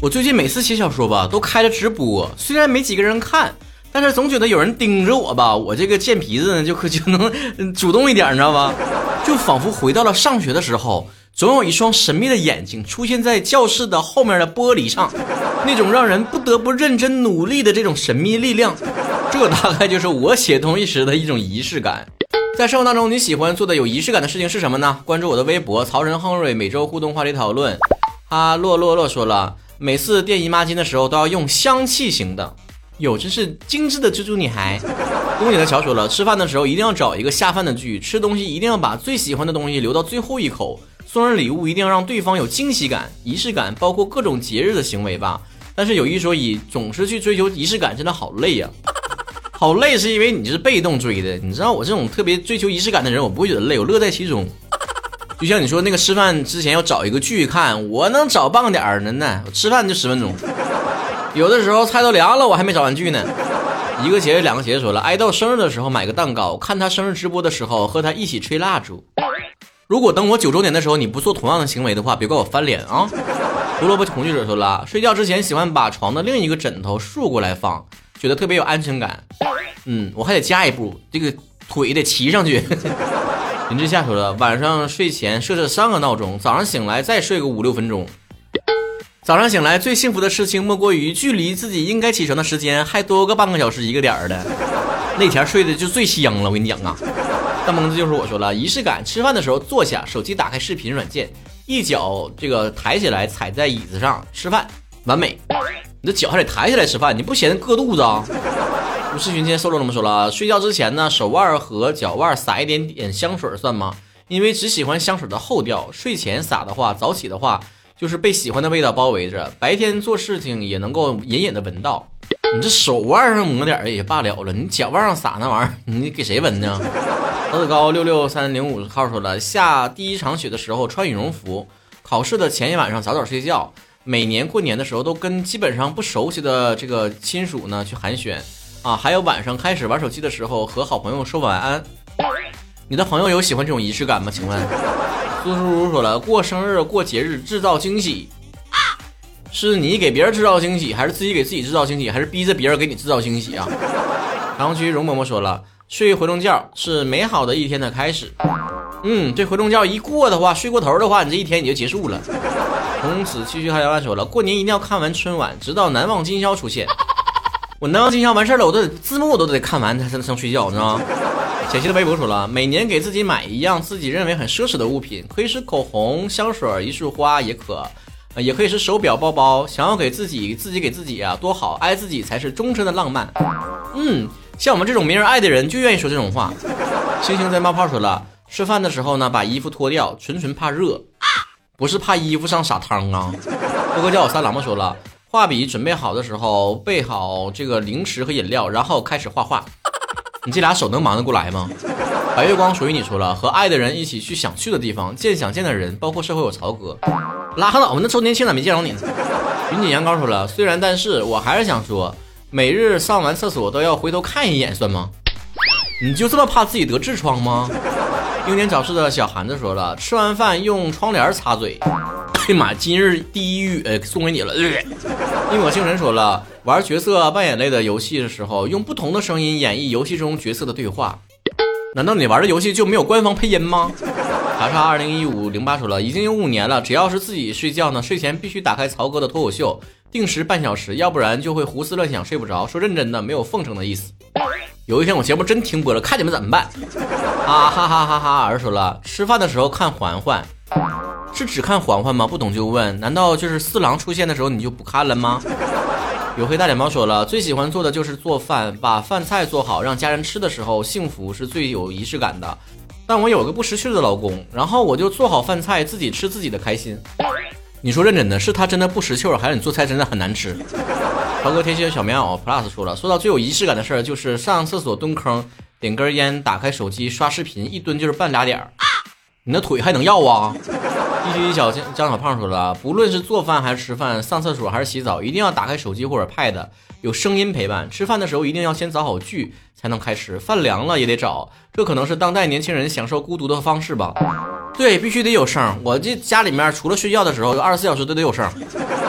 我最近每次写小说吧，都开着直播，虽然没几个人看，但是总觉得有人盯着我吧，我这个贱皮子呢就能主动一点，你知道吧？就仿佛回到了上学的时候，总有一双神秘的眼睛出现在教室的后面的玻璃上，那种让人不得不认真努力的这种神秘力量，这大概就是我写东西时的一种仪式感。在生活当中，你喜欢做的有仪式感的事情是什么呢？关注我的微博曹仁亨瑞，每周互动话题讨论。洛说了，每次垫姨妈巾的时候都要用香气型的。有真是精致的猪猪女孩。宫姐的乔说了，吃饭的时候一定要找一个下饭的剧，吃东西一定要把最喜欢的东西留到最后一口，送人礼物一定要让对方有惊喜感，仪式感包括各种节日的行为吧。但是有一说一，总是去追求仪式感真的好累呀。好累是因为你是被动追的，你知道我这种特别追求仪式感的人，我不会觉得累，我乐在其中。就像你说那个吃饭之前要找一个剧看，我能找半个点儿呢，我吃饭就10分钟。有的时候菜都凉了，我还没找完剧呢。一个节日两个节日说了，爱豆生日的时候买个蛋糕，看他生日直播的时候和他一起吹蜡烛。如果等我9周年的时候你不做同样的行为的话，别怪我翻脸啊。胡萝卜恐惧者说了，睡觉之前喜欢把床的另一个枕头竖过来放，觉得特别有安全感。我还得加一步，这个腿得骑上去。林志夏说了，晚上睡前设置3个闹钟，早上醒来再睡个5-6分钟。早上醒来最幸福的事情莫过于距离自己应该起床的时间还多个半个小时1个点的，那天睡的就最香了。我跟你讲啊，大蒙子就是我说了，仪式感，吃饭的时候坐下，手机打开视频软件，一脚这个抬起来踩在椅子上吃饭，完美。你的脚还得抬起来吃饭，你不嫌硌肚子啊？吴世群今天收了这么说了，睡觉之前呢，手腕和脚腕撒一点点香水算吗？因为只喜欢香水的后调，睡前撒的话，早起的话就是被喜欢的味道包围着，白天做事情也能够隐隐的闻到。你这手腕上抹点也罢了了，你脚腕上撒那玩意儿，你给谁闻呢？高子高66305号说了，下第一场雪的时候穿羽绒服，考试的前一晚上早睡觉，每年过年的时候都跟基本上不熟悉的这个亲属呢去寒暄啊，还有晚上开始玩手机的时候和好朋友说晚安。你的朋友有喜欢这种仪式感吗？请问苏苏如说了，过生日过节日制造惊喜，是你给别人制造惊喜，还是自己给自己制造惊喜，还是逼着别人给你制造惊喜啊？长区容嬷嬷说了，睡回笼觉是美好的一天的开始。这回笼觉一过的话，睡过头的话，你这一天你就结束了。从此继续还要说了，过年一定要看完春晚，直到难忘今宵出现。我难忘今宵完事了，我都得字幕我都得看完才能睡觉，你知道吗？小溪的微博说了，每年给自己买一样自己认为很奢侈的物品，可以是口红、香水、一束花也可以是手表、包包。想要给自己给自己啊，多好，爱自己才是终身的浪漫。像我们这种没人爱的人就愿意说这种话。星星在冒泡说了，吃饭的时候呢，把衣服脱掉，纯怕热，不是怕衣服上撒汤啊。波哥叫我三郎们说了，画笔准备好的时候备好这个零食和饮料，然后开始画画。你这俩手能忙得过来吗？白月光属于你说了，和爱的人一起去想去的地方，见想见的人，包括社会有曹哥。拉倒吧，那周年庆咋没见着你呢？云锦阳高说了，虽然但是我还是想说，每日上完厕所都要回头看一眼算吗？你就这么怕自己得痔疮吗？英年早逝的小韩子说了，吃完饭用窗帘擦嘴。哎妈，今日第一语送给你了。一抹星辰说了，玩角色扮演类的游戏的时候，用不同的声音演绎游戏中角色的对话。难道你玩的游戏就没有官方配音吗？查查201508说了，已经有5年了，只要是自己睡觉呢，睡前必须打开曹哥的脱口秀，定时半小时，要不然就会胡思乱想睡不着。说认真的，没有奉承的意思。有一天我节目真停播了，看你们怎么办？啊哈哈哈哈！儿说了，吃饭的时候看环环，是只看环环吗？不懂就问，难道就是四郎出现的时候你就不看了吗？有黑大脸猫说了，最喜欢做的就是做饭，把饭菜做好，让家人吃的时候幸福是最有仪式感的。但我有个不识趣的老公，然后我就做好饭菜自己吃自己的开心。你说认真的，是他真的不识趣，还是你做菜真的很难吃？超哥天蝎小棉袄 plus 说了，说到最有仪式感的事儿，就是上厕所蹲坑，点根烟，打开手机刷视频，一蹲就是半俩点儿。你那腿还能要啊？必须小张小胖说了，不论是做饭还是吃饭，上厕所还是洗澡，一定要打开手机或者 pad， 有声音陪伴。吃饭的时候一定要先找好剧才能开吃，饭凉了也得找，这可能是当代年轻人享受孤独的方式吧。对，必须得有声。我这家里面除了睡觉的时候，24小时都得有声。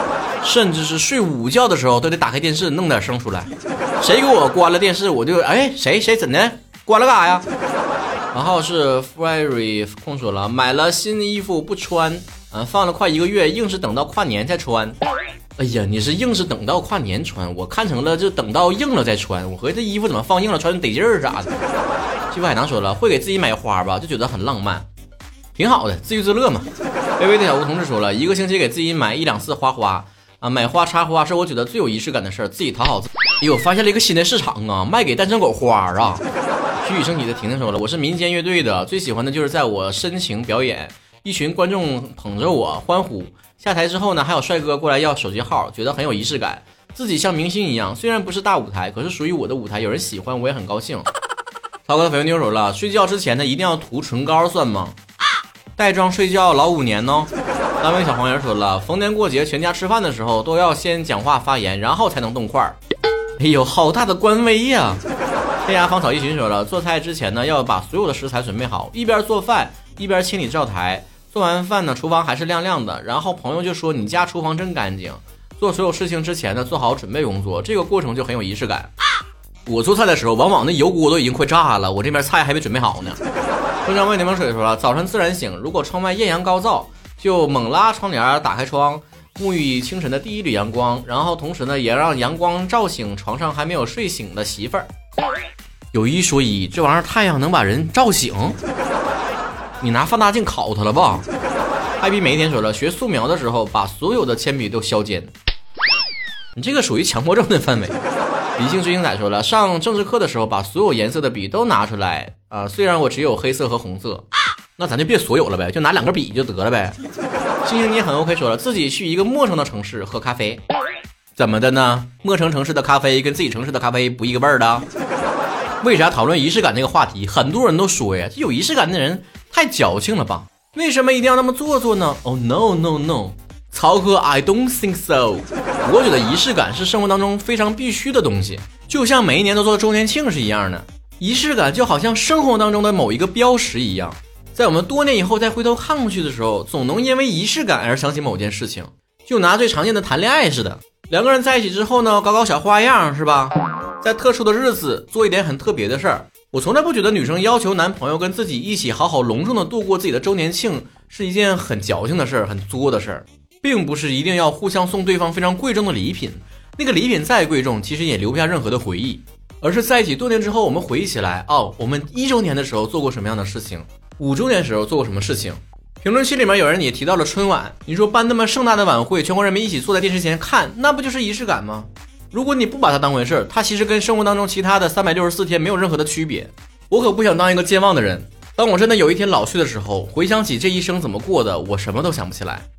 甚至是睡午觉的时候都得打开电视弄点声出来。谁给我关了电视，我就谁怎的关了干啥呀？然后是 Fairy 空说了，买了新衣服不穿，放了快1个月，硬是等到跨年才穿。哎呀，你是硬是等到跨年穿，我看成了就等到硬了再穿。我合计这衣服怎么放硬了穿得劲儿啥的。西海棠说了，会给自己买花吧，就觉得很浪漫，挺好的，自娱自乐嘛。微微的小吴同志说了，1个星期给自己买1、2次花啊，买花插花是我觉得最有仪式感的事儿，自己讨好自己。哎呦，发现了一个新的市场啊，卖给单身狗花啊。徐雨升起的婷婷说了，我是民间乐队的，最喜欢的就是在我深情表演，一群观众捧着我欢呼，下台之后呢，还有帅哥过来要手机号，觉得很有仪式感，自己像明星一样，虽然不是大舞台，可是属于我的舞台，有人喜欢我也很高兴。涛哥的绯闻妞说了，睡觉之前呢一定要涂唇膏算吗？带妆睡觉老5年哦。单位小黄人说了，逢年过节全家吃饭的时候都要先讲话发言，然后才能动筷。哎呦，好大的官威呀！天涯芳草一群说了，做菜之前呢要把所有的食材准备好，一边做饭一边清理灶台，做完饭呢厨房还是亮亮的，然后朋友就说你家厨房真干净。做所有事情之前呢做好准备工作，这个过程就很有仪式感。我做菜的时候往往那油锅都已经快炸了，我这边菜还没准备好呢。中江为柠檬水说了，早晨自然醒，如果窗外艳阳高照，就猛拉窗帘打开窗，沐浴清晨的第一缕阳光，然后同时呢也让阳光照醒床上还没有睡醒的媳妇儿。有一说一，这玩意儿太阳能把人照醒？你拿放大镜烤它了吧？艾比每一天说了，学素描的时候把所有的铅笔都削尖，你这个属于强迫症的范围。理性追星仔说了，上政治课的时候把所有颜色的笔都拿出来虽然我只有黑色和红色，那咱就别所有了呗，就拿2个笔就得了呗。星星你很 OK 说了，自己去一个陌生的城市喝咖啡，怎么的呢？陌生城市的咖啡跟自己城市的咖啡不一个味儿的。为啥讨论仪式感这个话题，很多人都说呀，这有仪式感的人太矫情了吧？为什么一定要那么做作呢？ Oh no no no， 曹哥 I don't think so。 我觉得仪式感是生活当中非常必须的东西，就像每一年都做周年庆是一样的。仪式感就好像生活当中的某一个标识一样，在我们多年以后再回头看过去的时候，总能因为仪式感而想起某件事情。就拿最常见的谈恋爱似的，2个人在一起之后呢，搞小花样是吧？在特殊的日子做一点很特别的事儿。我从来不觉得女生要求男朋友跟自己一起好好隆重的度过自己的周年庆是一件很矫情的事儿，很作的事儿，并不是一定要互相送对方非常贵重的礼品，那个礼品再贵重其实也留不下任何的回忆，而是在一起多年之后我们回忆起来，我们1周年的时候做过什么样的事情，5周年的时候做过什么事情。评论区里面有人也提到了春晚，你说办那么盛大的晚会，全国人民一起坐在电视前看，那不就是仪式感吗？如果你不把它当回事，它其实跟生活当中其他的364天没有任何的区别。我可不想当一个健忘的人，当我真的有一天老去的时候，回想起这一生怎么过的，我什么都想不起来。